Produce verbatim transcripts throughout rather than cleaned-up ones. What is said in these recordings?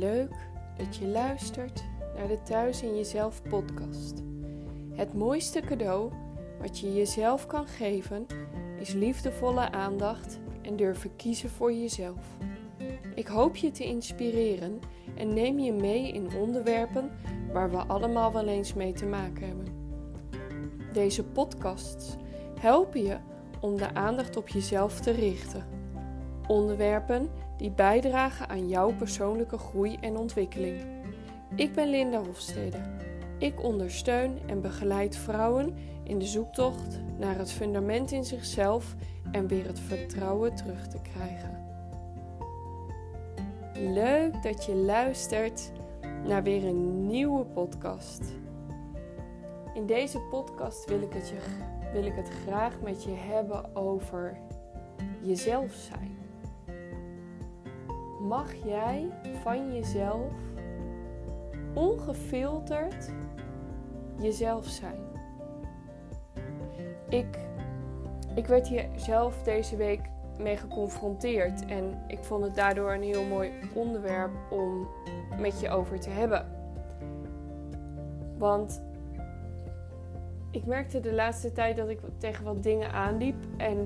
Leuk dat je luistert naar de Thuis in Jezelf podcast. Het mooiste cadeau wat je jezelf kan geven is liefdevolle aandacht en durven kiezen voor jezelf. Ik hoop je te inspireren en neem je mee in onderwerpen waar we allemaal wel eens mee te maken hebben. Deze podcasts helpen je om de aandacht op jezelf te richten. Onderwerpen die bijdragen aan jouw persoonlijke groei en ontwikkeling. Ik ben Linda Hofstede. Ik ondersteun en begeleid vrouwen in de zoektocht naar het fundament in zichzelf en weer het vertrouwen terug te krijgen. Leuk dat je luistert naar weer een nieuwe podcast. In deze podcast wil ik het, je, wil ik het graag met je hebben over jezelf zijn. Mag jij van jezelf ongefilterd jezelf zijn? Ik, ik werd hier zelf deze week mee geconfronteerd en ik vond het daardoor een heel mooi onderwerp om met je over te hebben. Want ik merkte de laatste tijd dat ik tegen wat dingen aanliep en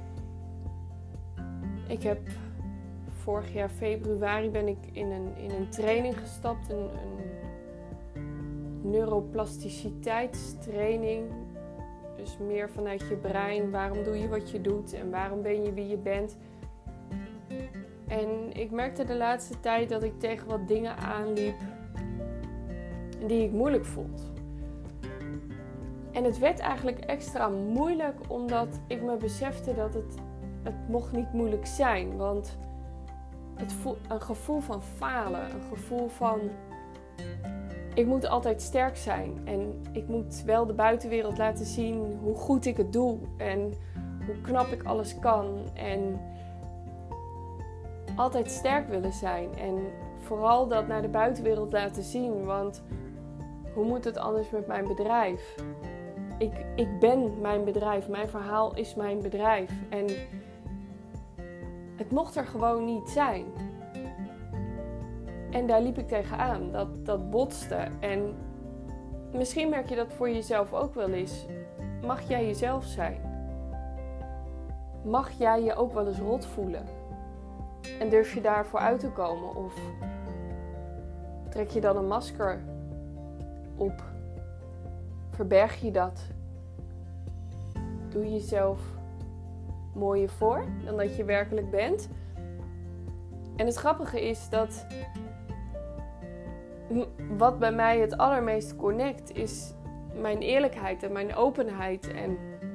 ik heb vorig jaar februari ben ik in een, in een training gestapt, een, een neuroplasticiteitstraining. Dus meer vanuit je brein, waarom doe je wat je doet en waarom ben je wie je bent. En ik merkte de laatste tijd dat ik tegen wat dingen aanliep die ik moeilijk vond. En het werd eigenlijk extra moeilijk omdat ik me besefte dat het, het mocht niet moeilijk zijn. Want het vo- een gevoel van falen, een gevoel van ik moet altijd sterk zijn en ik moet wel de buitenwereld laten zien hoe goed ik het doe en hoe knap ik alles kan en altijd sterk willen zijn en vooral dat naar de buitenwereld laten zien, want hoe moet het anders met mijn bedrijf? Ik, ik ben mijn bedrijf, mijn verhaal is mijn bedrijf en het mocht er gewoon niet zijn. En daar liep ik tegenaan. Dat, dat botste. En misschien merk je dat voor jezelf ook wel eens. Mag jij jezelf zijn? Mag jij je ook wel eens rot voelen? En durf je daarvoor uit te komen? Of trek je dan een masker op? Verberg je dat? Doe je jezelf mooier voor dan dat je werkelijk bent? En het grappige is dat wat bij mij het allermeest connect is mijn eerlijkheid en mijn openheid en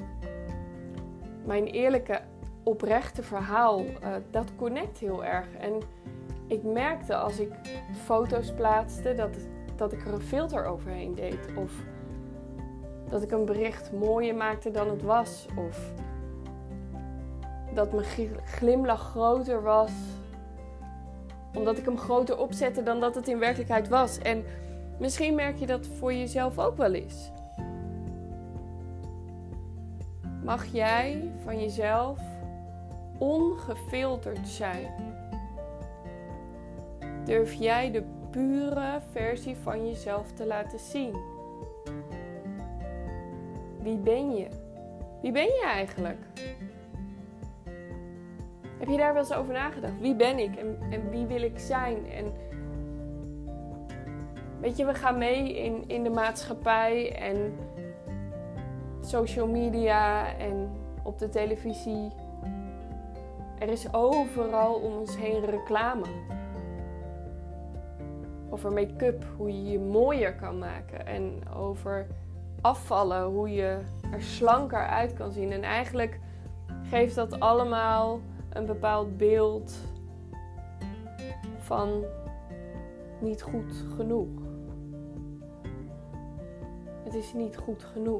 mijn eerlijke oprechte verhaal. Uh, dat connect heel erg. En ik merkte als ik foto's plaatste dat, dat ik er een filter overheen deed. Of dat ik een bericht mooier maakte dan het was. Of dat mijn glimlach groter was omdat ik hem groter opzette dan dat het in werkelijkheid was. En misschien merk je dat voor jezelf ook wel eens. Mag jij van jezelf ongefilterd zijn? Durf jij de pure versie van jezelf te laten zien? Wie ben je? Wie ben je eigenlijk? Heb je daar wel eens over nagedacht? Wie ben ik en, en wie wil ik zijn? En weet je, we gaan mee in, in de maatschappij en social media en op de televisie. Er is overal om ons heen reclame. Over make-up, hoe je je mooier kan maken. En over afvallen, hoe je er slanker uit kan zien. En eigenlijk geeft dat allemaal een bepaald beeld van niet goed genoeg. Het is niet goed genoeg.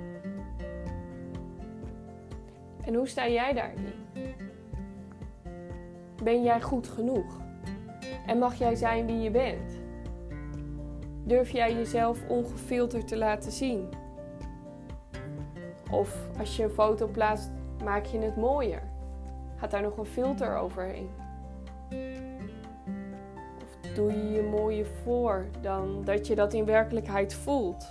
En hoe sta jij daarin? Ben jij goed genoeg? En mag jij zijn wie je bent? Durf jij jezelf ongefilterd te laten zien? Of als je een foto plaatst, maak je het mooier? Gaat daar nog een filter overheen? Of doe je je mooier voor dan dat je dat in werkelijkheid voelt?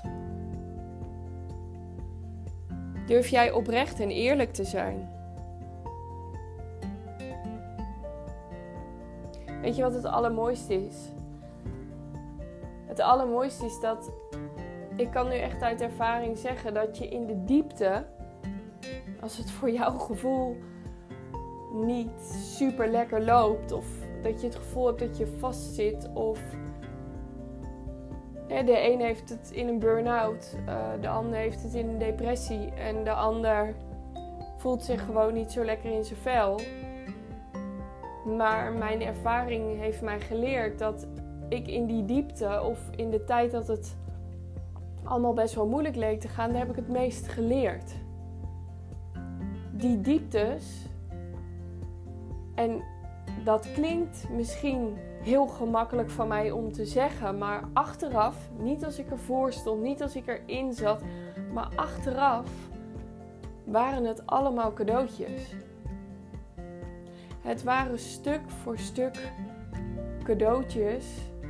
Durf jij oprecht en eerlijk te zijn? Weet je wat het allermooiste is? Het allermooiste is dat, ik kan nu echt uit ervaring zeggen, dat je in de diepte, als het voor jouw gevoel niet super lekker loopt, of dat je het gevoel hebt dat je vastzit, of hè, de een heeft het in een burn-out, uh, de ander heeft het in een depressie en de ander voelt zich gewoon niet zo lekker in zijn vel. Maar mijn ervaring heeft mij geleerd dat ik in die diepte, of in de tijd dat het allemaal best wel moeilijk leek te gaan, daar heb ik het meest geleerd. Die dieptes, en dat klinkt misschien heel gemakkelijk van mij om te zeggen, maar achteraf, niet als ik ervoor stond, niet als ik erin zat, maar achteraf waren het allemaal cadeautjes. Het waren stuk voor stuk cadeautjes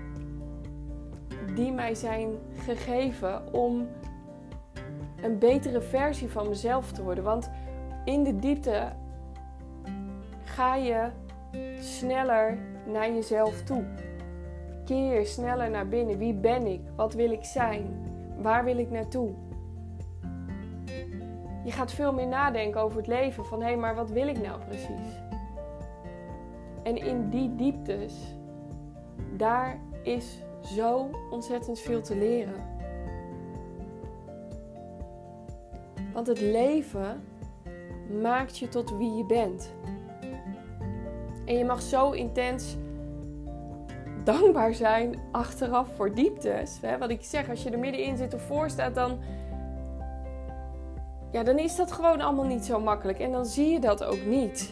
die mij zijn gegeven om een betere versie van mezelf te worden. Want in de diepte ga je sneller naar jezelf toe. Keer je sneller naar binnen. Wie ben ik? Wat wil ik zijn? Waar wil ik naartoe? Je gaat veel meer nadenken over het leven. Van hé, maar wat wil ik nou precies? En in die dieptes, daar is zo ontzettend veel te leren. Want het leven maakt je tot wie je bent. En je mag zo intens dankbaar zijn achteraf voor dieptes. Hè? Wat ik zeg, als je er middenin zit of voor staat, dan, ja, dan is dat gewoon allemaal niet zo makkelijk. En dan zie je dat ook niet.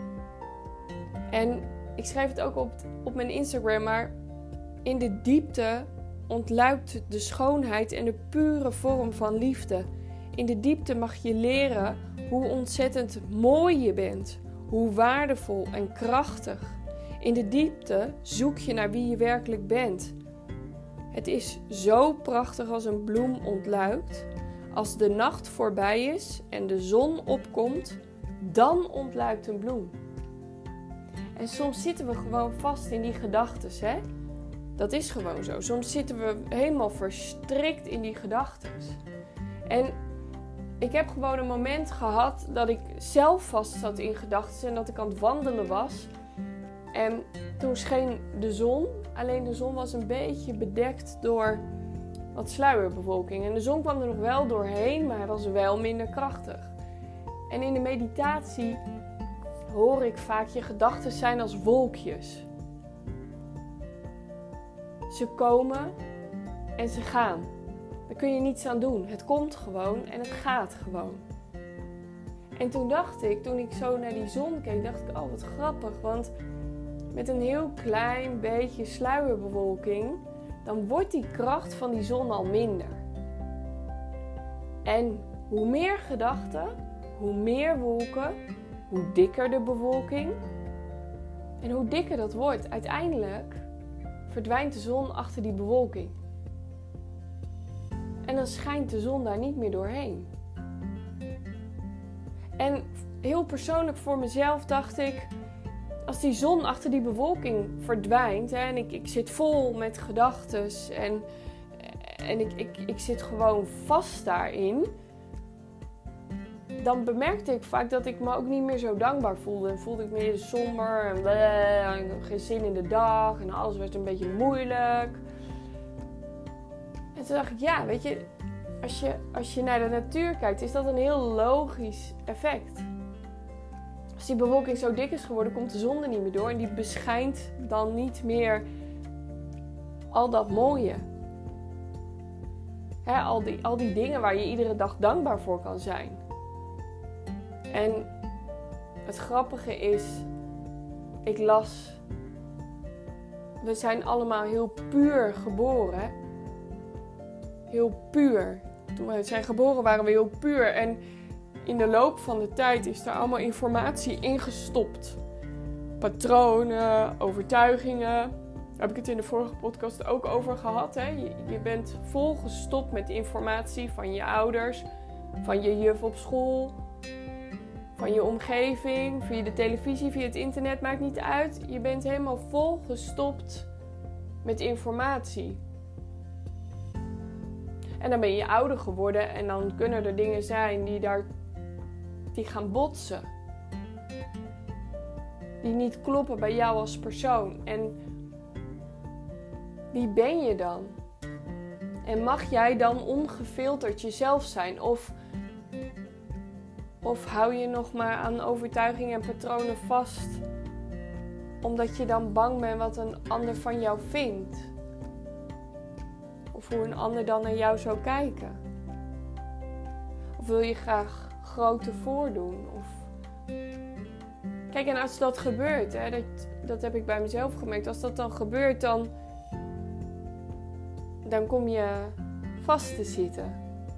En ik schrijf het ook op, op mijn Instagram, maar in de diepte ontluikt de schoonheid en de pure vorm van liefde. In de diepte mag je leren hoe ontzettend mooi je bent, hoe waardevol en krachtig. In de diepte zoek je naar wie je werkelijk bent. Het is zo prachtig als een bloem ontluikt. Als de nacht voorbij is en de zon opkomt, dan ontluikt een bloem. En soms zitten we gewoon vast in die gedachtes, hè? Dat is gewoon zo. Soms zitten we helemaal verstrikt in die gedachtes. En ik heb gewoon een moment gehad dat ik zelf vast zat in gedachten en dat ik aan het wandelen was. En toen scheen de zon, alleen de zon was een beetje bedekt door wat sluierbewolking. En de zon kwam er nog wel doorheen, maar hij was wel minder krachtig. En in de meditatie hoor ik vaak je gedachten zijn als wolkjes. Ze komen en ze gaan. Daar kun je niets aan doen. Het komt gewoon en het gaat gewoon. En toen dacht ik, toen ik zo naar die zon keek, dacht ik, oh wat grappig. Want met een heel klein beetje sluierbewolking, dan wordt die kracht van die zon al minder. En hoe meer gedachten, hoe meer wolken, hoe dikker de bewolking. En hoe dikker dat wordt, uiteindelijk verdwijnt de zon achter die bewolking. En dan schijnt de zon daar niet meer doorheen. En heel persoonlijk voor mezelf dacht ik, als die zon achter die bewolking verdwijnt, hè, en ik, ik zit vol met gedachtes en, en ik, ik, ik zit gewoon vast daarin, dan bemerkte ik vaak dat ik me ook niet meer zo dankbaar voelde. En voelde ik me meer somber en, bleh, en geen zin in de dag en alles werd een beetje moeilijk. En toen dacht ik, ja, weet je, als je, als je naar de natuur kijkt, is dat een heel logisch effect. Als die bewolking zo dik is geworden, komt de zon er niet meer door en die beschijnt dan niet meer al dat mooie. Hè, al die, al die dingen waar je iedere dag dankbaar voor kan zijn. En het grappige is, ik las, we zijn allemaal heel puur geboren. Heel puur. Toen we zijn geboren waren we heel puur. En in de loop van de tijd is daar allemaal informatie ingestopt. Patronen, overtuigingen, heb ik het in de vorige podcast ook over gehad. Hè? Je, je bent volgestopt met informatie van je ouders, van je juf op school, van je omgeving, via de televisie, via het internet, maakt niet uit. Je bent helemaal volgestopt met informatie. En dan ben je ouder geworden en dan kunnen er dingen zijn die, daar, die gaan botsen. Die niet kloppen bij jou als persoon. En wie ben je dan? En mag jij dan ongefilterd jezelf zijn? Of, of hou je nog maar aan overtuigingen en patronen vast, omdat je dan bang bent wat een ander van jou vindt? Of hoe een ander dan naar jou zou kijken? Of wil je graag grote voordoen? Of... Kijk, en als dat gebeurt, hè, dat, dat heb ik bij mezelf gemerkt. Als dat dan gebeurt, dan, dan kom je vast te zitten.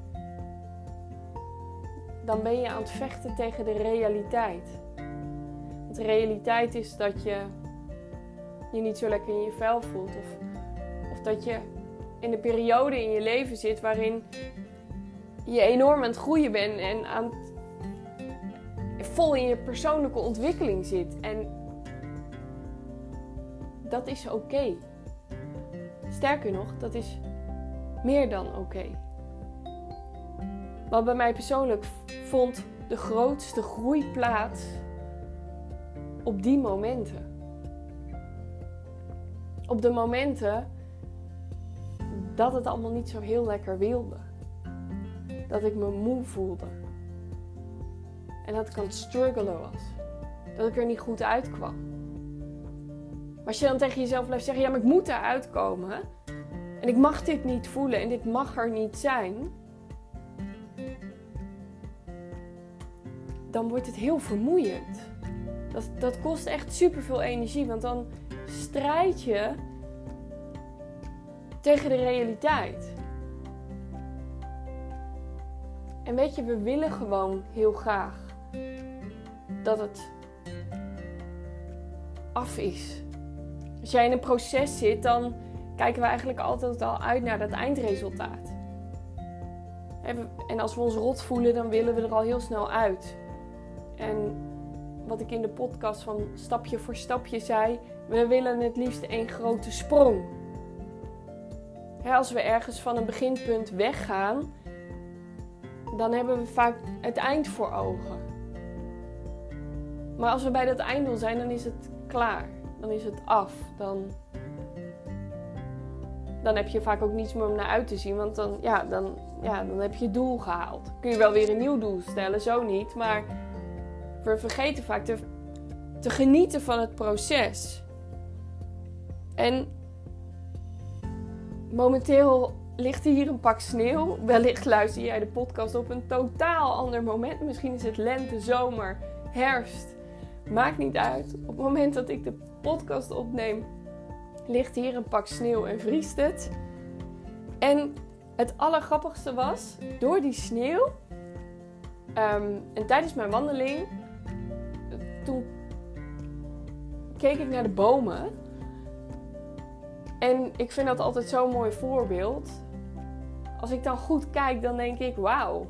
Dan ben je aan het vechten tegen de realiteit. Want de realiteit is dat je je niet zo lekker in je vel voelt. Of, of dat je in een periode in je leven zit waarin je enorm aan het groeien bent en aan het, vol in je persoonlijke ontwikkeling zit. En dat is oké. Okay. Sterker nog, dat is meer dan oké. Okay. Want bij mij persoonlijk vond de grootste groei plaats op die momenten. Op de momenten dat het allemaal niet zo heel lekker wilde. Dat ik me moe voelde. En dat ik aan het struggelen was. Dat ik er niet goed uitkwam. Maar als je dan tegen jezelf blijft zeggen, ja, maar ik moet eruit komen. En ik mag dit niet voelen en dit mag er niet zijn. Dan wordt het heel vermoeiend. Dat, dat kost echt superveel energie. Want dan strijd je tegen de realiteit. En weet je, we willen gewoon heel graag dat het af is. Als jij in een proces zit, dan kijken we eigenlijk altijd al uit naar dat eindresultaat. En als we ons rot voelen, dan willen we er al heel snel uit. En wat ik in de podcast van stapje voor stapje zei, we willen het liefst één grote sprong. Als we ergens van een beginpunt weggaan, dan hebben we vaak het eind voor ogen. Maar als we bij dat einddoel zijn, dan is het klaar. Dan is het af. Dan, dan heb je vaak ook niets meer om naar uit te zien. Want dan, ja, dan, ja, dan heb je het doel gehaald. Kun je wel weer een nieuw doel stellen, zo niet. Maar we vergeten vaak te, te genieten van het proces. En momenteel ligt er hier een pak sneeuw. Wellicht luister jij de podcast op een totaal ander moment. Misschien is het lente, zomer, herfst. Maakt niet uit. Op het moment dat ik de podcast opneem, ligt hier een pak sneeuw en vriest het. En het allergrappigste was, door die sneeuw, um, en tijdens mijn wandeling, toen keek ik naar de bomen. En ik vind dat altijd zo'n mooi voorbeeld. Als ik dan goed kijk, dan denk ik, wauw.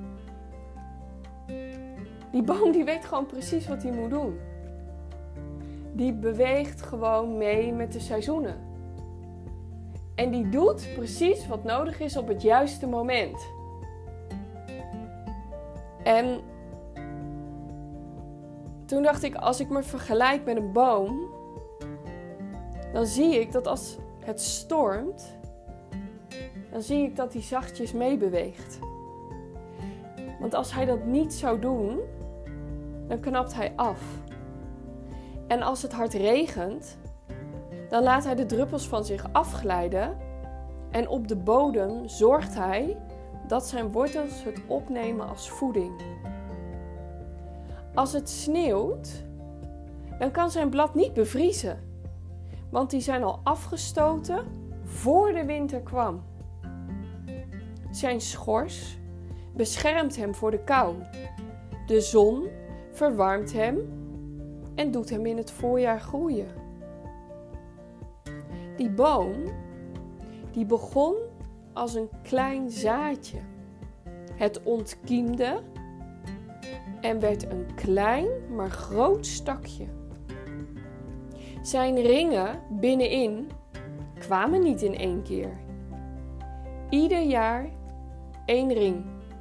Die boom die weet gewoon precies wat hij moet doen. Die beweegt gewoon mee met de seizoenen. En die doet precies wat nodig is op het juiste moment. En toen dacht ik, als ik me vergelijk met een boom, dan zie ik dat als het stormt, dan zie ik dat hij zachtjes meebeweegt. Want als hij dat niet zou doen, dan knapt hij af. En als het hard regent, dan laat hij de druppels van zich afglijden. En op de bodem zorgt hij dat zijn wortels het opnemen als voeding. Als het sneeuwt, dan kan zijn blad niet bevriezen. Want die zijn al afgestoten voor de winter kwam. Zijn schors beschermt hem voor de kou. De zon verwarmt hem en doet hem in het voorjaar groeien. Die boom, die begon als een klein zaadje. Het ontkiemde en werd een klein, maar groot stakje. Zijn ringen binnenin kwamen niet in één keer. Ieder jaar één ring.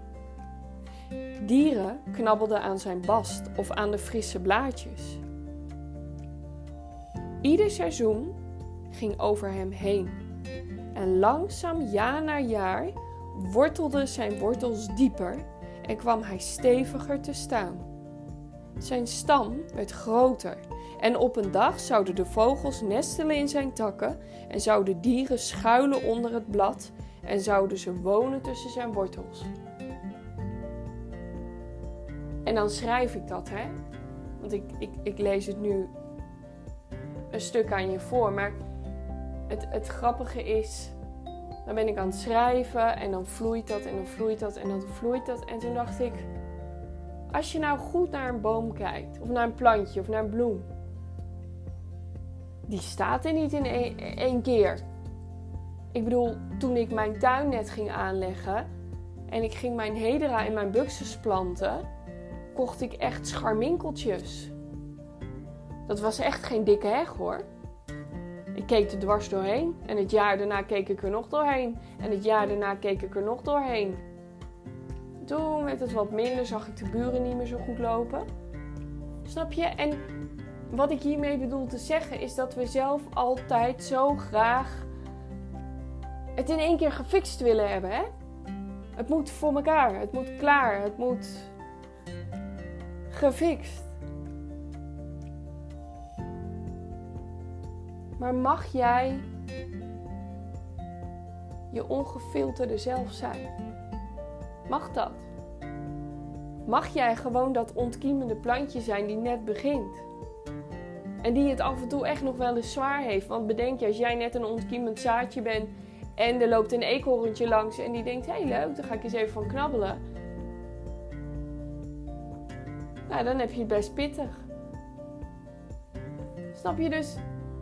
Dieren knabbelden aan zijn bast of aan de frisse blaadjes. Ieder seizoen ging over hem heen. En langzaam, jaar na jaar, wortelden zijn wortels dieper en kwam hij steviger te staan. Zijn stam werd groter en op een dag zouden de vogels nestelen in zijn takken en zouden dieren schuilen onder het blad en zouden ze wonen tussen zijn wortels. En dan schrijf ik dat, hè? Want ik, ik, ik lees het nu een stuk aan je voor, maar het, het grappige is, dan ben ik aan het schrijven en dan vloeit dat en dan vloeit dat en dan vloeit dat. En toen dacht ik, als je nou goed naar een boom kijkt, of naar een plantje, of naar een bloem, die staat er niet in één, één keer. Ik bedoel, toen ik mijn tuin net ging aanleggen en ik ging mijn hedera en mijn buxus planten, kocht ik echt scharminkeltjes. Dat was echt geen dikke heg, hoor. Ik keek er dwars doorheen en het jaar daarna keek ik er nog doorheen. En het jaar daarna keek ik er nog doorheen. Toen werd het wat minder, zag ik de buren niet meer zo goed lopen. Snap je? En wat ik hiermee bedoel te zeggen is dat we zelf altijd zo graag het in één keer gefixt willen hebben, hè? Het moet voor elkaar, het moet klaar, het moet gefixt. Maar mag jij je ongefilterde zelf zijn? Mag dat? Mag jij gewoon dat ontkiemende plantje zijn die net begint? En die het af en toe echt nog wel eens zwaar heeft. Want bedenk je, als jij net een ontkiemend zaadje bent en er loopt een eekhoorntje langs en die denkt, hé hey, leuk, daar ga ik eens even van knabbelen. Nou, dan heb je het best pittig. Snap je? Dus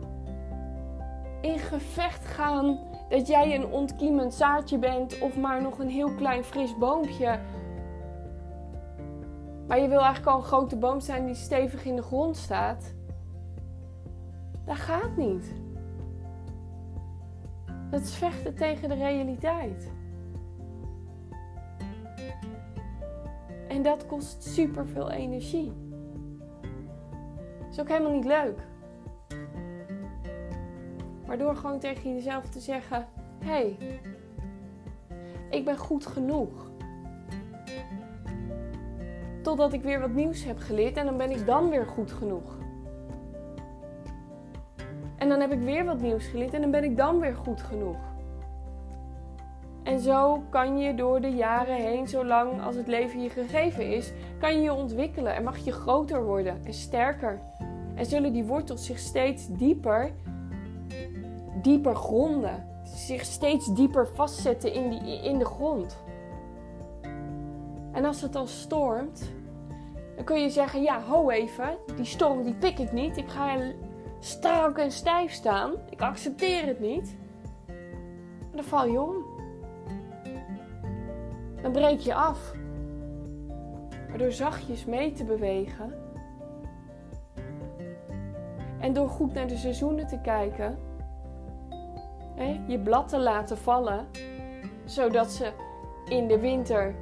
in gevecht gaan dat jij een ontkiemend zaadje bent of maar nog een heel klein fris boompje. Maar je wil eigenlijk al een grote boom zijn die stevig in de grond staat. Dat gaat niet. Dat is vechten tegen de realiteit. En dat kost super veel energie. Dat is ook helemaal niet leuk. Maar door gewoon tegen jezelf te zeggen, hé, hey, ik ben goed genoeg. Totdat ik weer wat nieuws heb geleerd en dan ben ik dan weer goed genoeg. En dan heb ik weer wat nieuws geleerd en dan ben ik dan weer goed genoeg. En zo kan je door de jaren heen, zolang als het leven je gegeven is, kan je je ontwikkelen en mag je groter worden en sterker. En zullen die wortels zich steeds dieper, dieper gronden. Zich steeds dieper vastzetten in, die, in de grond. En als het dan stormt, dan kun je zeggen, ja, ho even, die storm die pik ik niet. Ik ga strak en stijf staan. Ik accepteer het niet. En dan val je om. Dan breek je af. Maar door zachtjes mee te bewegen en door goed naar de seizoenen te kijken, hè, je blad te laten vallen, zodat ze in de winter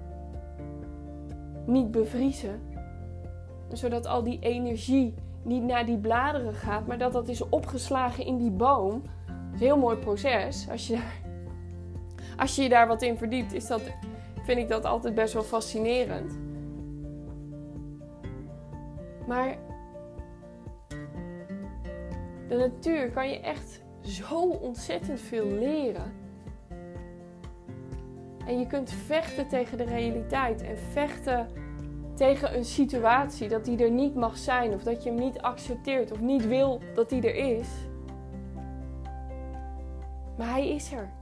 niet bevriezen, zodat al die energie niet naar die bladeren gaat, maar dat dat is opgeslagen in die boom. Dat is een heel mooi proces. Als je, als je je daar wat in verdiept, is dat, vind ik dat altijd best wel fascinerend. Maar de natuur kan je echt zo ontzettend veel leren. En je kunt vechten tegen de realiteit en vechten tegen een situatie dat die er niet mag zijn of dat je hem niet accepteert of niet wil dat die er is. Maar hij is er.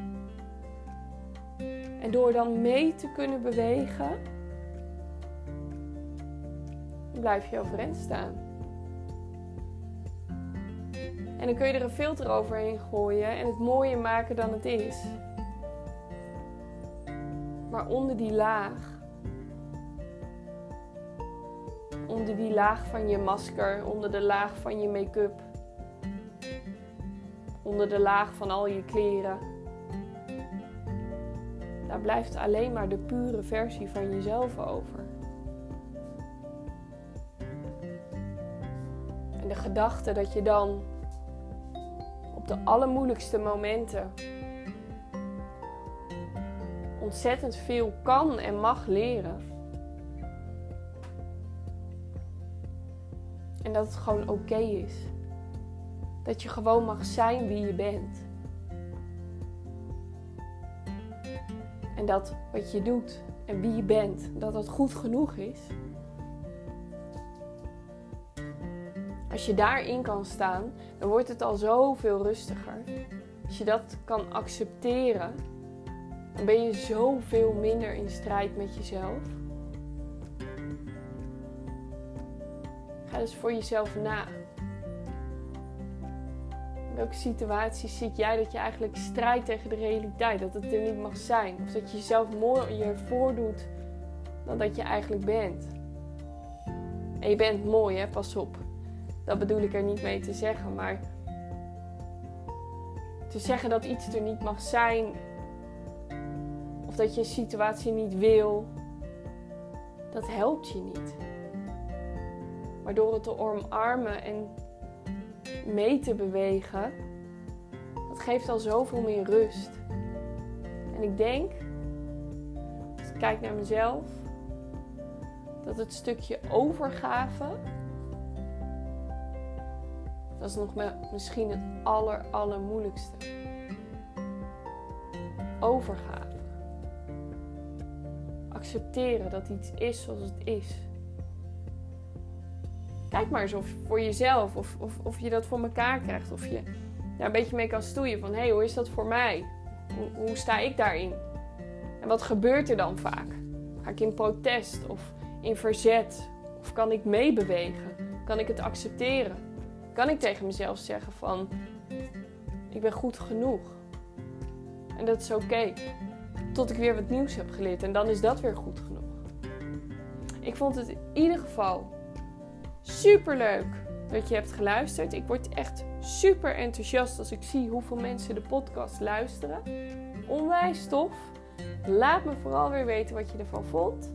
En door dan mee te kunnen bewegen, blijf je overeind staan. En dan kun je er een filter overheen gooien en het mooier maken dan het is. Maar onder die laag, onder die laag van je masker, onder de laag van je make-up, onder de laag van al je kleren, daar blijft alleen maar de pure versie van jezelf over. En de gedachte dat je dan op de allermoeilijkste momenten ontzettend veel kan en mag leren. En dat het gewoon oké is. Dat je gewoon mag zijn wie je bent. En dat wat je doet en wie je bent, dat dat goed genoeg is. Als je daarin kan staan, dan wordt het al zoveel rustiger. Als je dat kan accepteren, dan ben je zoveel minder in strijd met jezelf. Ga dus voor jezelf na. In welke situaties zit jij dat je eigenlijk strijdt tegen de realiteit? Dat het er niet mag zijn. Of dat je jezelf mooier voordoet dan dat je eigenlijk bent. En je bent mooi, hè? Pas op. Dat bedoel ik er niet mee te zeggen. Maar te zeggen dat iets er niet mag zijn, of dat je een situatie niet wil, dat helpt je niet. Maar door het te omarmen en mee te bewegen, dat geeft al zoveel meer rust. En ik denk, als ik kijk naar mezelf, dat het stukje overgave, dat is nog misschien het aller, allermoeilijkste. Overgave. Accepteren dat iets is zoals het is. Kijk maar eens of voor jezelf, of, of, of je dat voor elkaar krijgt. Of je daar een beetje mee kan stoeien van, hé, hey, hoe is dat voor mij? Hoe, hoe sta ik daarin? En wat gebeurt er dan vaak? Ga ik in protest of in verzet? Of kan ik meebewegen? Kan ik het accepteren? Kan ik tegen mezelf zeggen van, ik ben goed genoeg. En dat is oké. Okay. Tot ik weer wat nieuws heb geleerd. En dan is dat weer goed genoeg. Ik vond het in ieder geval super leuk dat je hebt geluisterd. Ik word echt super enthousiast als ik zie hoeveel mensen de podcast luisteren. Onwijs tof. Laat me vooral weer weten wat je ervan vond.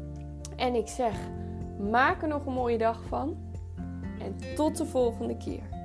En ik zeg, maak er nog een mooie dag van. En tot de volgende keer.